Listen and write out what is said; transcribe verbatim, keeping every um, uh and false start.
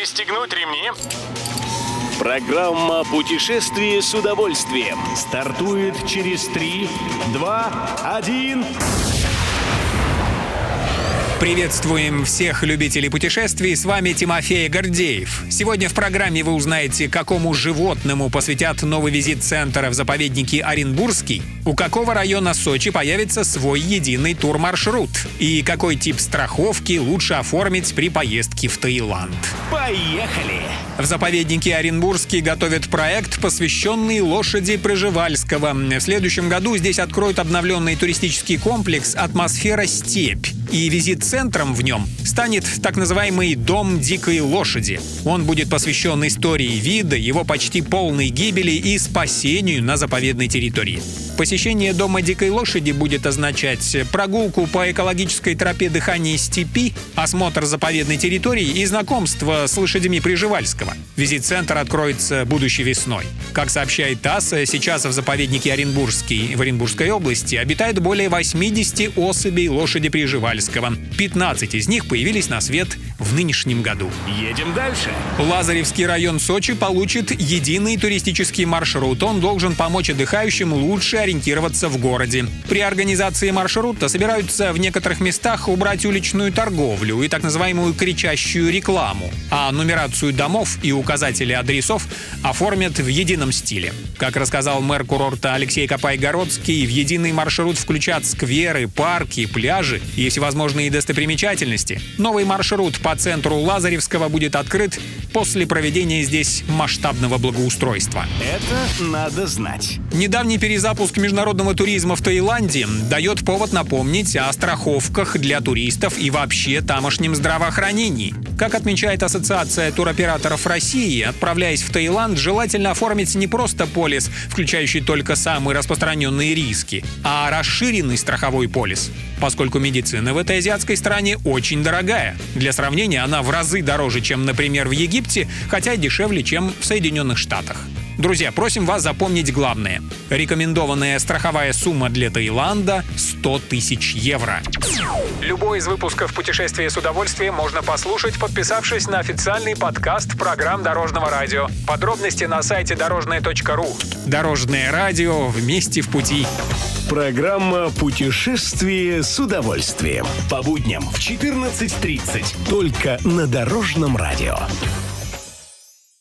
Пристегнуть ремни. Программа «Путешествие с удовольствием» стартует через три, два, один. Приветствуем всех любителей путешествий, с вами Тимофей Гордеев. Сегодня в программе вы узнаете, какому животному посвятят новый визит-центр в заповеднике Оренбургский, у какого района Сочи появится свой единый турмаршрут и какой тип страховки лучше оформить при поездке в Таиланд. Поехали! В заповеднике Оренбургский готовят проект, посвященный лошади Пржевальского. В следующем году здесь откроют обновленный туристический комплекс «Атмосфера степь». И визит-центром в нем станет так называемый «Дом дикой лошади». Он будет посвящен истории вида, его почти полной гибели и спасению на заповедной территории. Посещение Дома дикой лошади будет означать прогулку по экологической тропе дыхания степи, осмотр заповедной территории и знакомство с лошадями Пржевальского. Визит-центр откроется будущей весной. Как сообщает ТАСС, сейчас в заповеднике Оренбургский в Оренбургской области обитает более восьмидесяти особей лошади Пржевальского. пятнадцать из них появились на свет в нынешнем году. Едем дальше. Лазаревский район Сочи получит единый туристический маршрут. Он должен помочь отдыхающим лучше ориентироваться в городе. При организации маршрута собираются в некоторых местах убрать уличную торговлю и так называемую кричащую рекламу, а нумерацию домов и указатели адресов оформят в едином стиле. Как рассказал мэр курорта Алексей Копай-Городский, в единый маршрут включат скверы, парки, пляжи и всевозможные достопримечательности. Новый маршрут по центру Лазаревского будет открыт после проведения здесь масштабного благоустройства. Это надо знать. Недавний перезапуск международного туризма в Таиланде дает повод напомнить о страховках для туристов и вообще тамошнем здравоохранении. Как отмечает Ассоциация туроператоров России, отправляясь в Таиланд, желательно оформить не просто полис, включающий только самые распространенные риски, а расширенный страховой полис, поскольку медицина в этой азиатской стране очень дорогая. Для сравнения, она в разы дороже, чем, например, в Египте, хотя и дешевле, чем в Соединенных Штатах. Друзья, просим вас запомнить главное. Рекомендованная страховая сумма для Таиланда – сто тысяч евро. Любой из выпусков «Путешествия с удовольствием» можно послушать, подписавшись на официальный подкаст программ Дорожного радио. Подробности на сайте дорожное точка ру. Дорожное радио, вместе в пути. Программа «Путешествие с удовольствием». По будням в четырнадцать тридцать. Только на Дорожном радио.